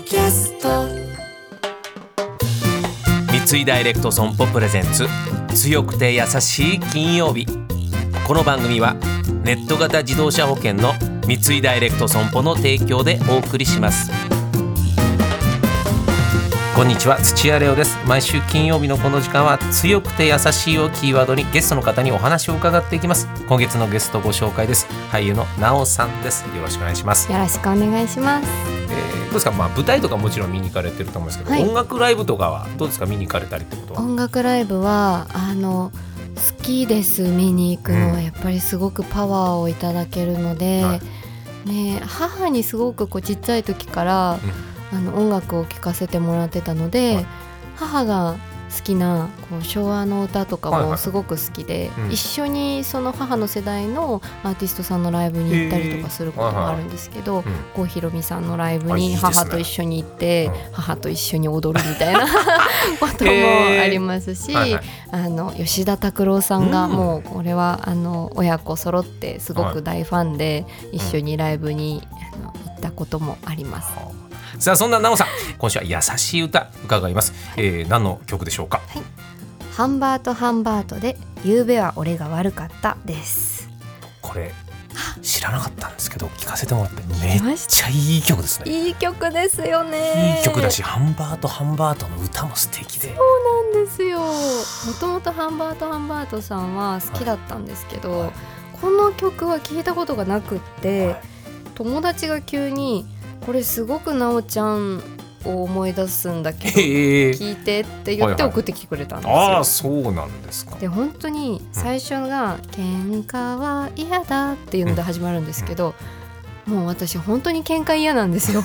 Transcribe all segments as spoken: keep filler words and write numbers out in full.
キャスト。 三井ダイレクト損保プレゼンツ、強くて優しい金曜日。この番組はネット型自動車保険の三井ダイレクト損保の提供でお送りします。こんにちは、土屋レオです。毎週金曜日のこの時間は強くて優しいをキーワードにゲストの方にお話を伺っていきます。今月のゲストご紹介です。俳優のなおさんです。よろしくお願いします。 よろしくお願いします。 えー、どうですか、まあ、舞台とかもちろん見に行かれてると思うんですけど、はい、音楽ライブとかはどうですか、見に行かれたりってことは。 音楽ライブはあの好きです。見に行くのはやっぱりすごくパワーをいただけるので、うん、はい、ね、母にすごくこうちっちゃい時から、うん、あの音楽を聴かせてもらってたので、はい、母が好きなこう昭和の歌とかもすごく好きで、はいはい、うん、一緒にその母の世代のアーティストさんのライブに行ったりとかすることがあるんですけど、郷ひろみさんのライブに母と一緒に行って、ね、うん、母と一緒に踊るみたいなこともありますし、はいはい、あの吉田拓郎さんがもうこれはあの親子揃ってすごく大ファンで一緒にライブにあの行ったこともあります。 さあ、そんななおさん、今週は優しい歌伺います。はい、えー、何の曲でしょうか。 はい、ハンバートハンバートで夕べは俺が悪かったです。 これ知らなかったんですけど、聞かせてもらってめっちゃいい曲ですね。 いい曲ですよね。 いい曲だし、ハンバートハンバートの歌も素敵で。 そうなんですよ。もともとハンバートハンバートさんは好きだったんですけど、はい、この曲は聞いたことがなくって、はい、友達が急にこれすごくなおちゃんを思い出すんだけど聞いてって言って送ってきてくれたんですよ。 はいはい、ああ、そうなんですか。 で本当に最初が、うん、喧嘩は嫌だっていうので始まるんですけど、うん、もう私本当に喧嘩嫌なんですよ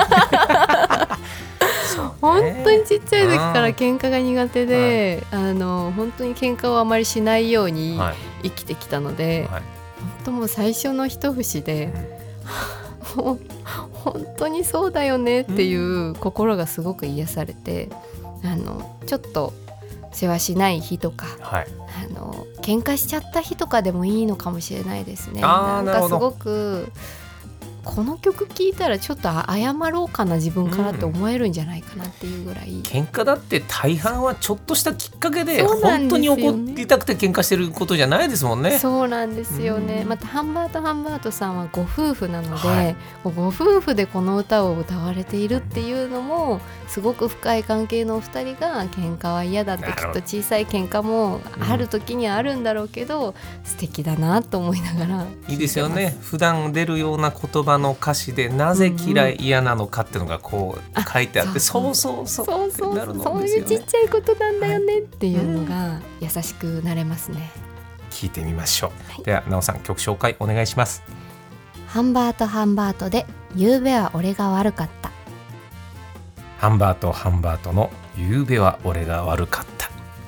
本当にちっちゃい時から喧嘩が苦手で、はい、あの本当に喧嘩をあまりしないように生きてきたので、はい、本当もう最初の一節で、うん、もう本当にそうだよねっていう心がすごく癒されて、うん、あのちょっと世話しない日とか、はい、あの喧嘩しちゃった日とかでもいいのかもしれないですね。なんかすごくこの曲聴いたらちょっと謝ろうかな自分からって思えるんじゃないかなっていうぐらい、うん、 喧嘩だって大半はちょっとしたきっかけで本当に怒りたくて喧嘩してることじゃないですもんね。 そうなんですよね、うん、またハンバートハンバートさんはご夫婦なので、はい、ご夫婦でこの歌を歌われているっていうのもすごく深い関係のお二人が喧嘩は嫌だってきっと小さい喧嘩もある時にはあるんだろうけど、うん、素敵だなと思いながらいいですよね。普段出るような言葉の歌詞でなぜ嫌い嫌なのかっていうのがこう書いてあって、うん、そうそうそうそうそうそうそういうちっちゃいことなんだよねっていうのが優しくなれますね。 聞いてみましょう、はい、ではなおさん、曲紹介お願いします。 ハンバートハンバートで夕べは俺が悪かった。 ハンバートハンバートの夕べは俺が悪かった。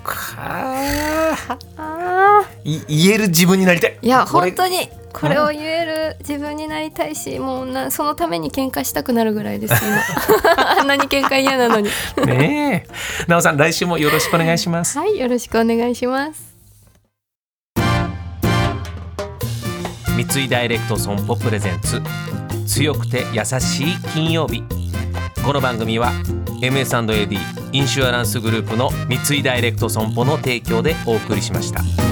あい言える自分になりたい。 いや本当にこれを言える自分になりたいし、もうなそのために喧嘩したくなるぐらいです今あんなに喧嘩嫌なのにねえ、なおさん、来週もよろしくお願いします。 はい、よろしくお願いします。 三井ダイレクト損保プレゼンツ、強くて優しい金曜日。この番組は エムエスアンドエーディー インシュアランスグループの三井ダイレクト損保の提供でお送りしました。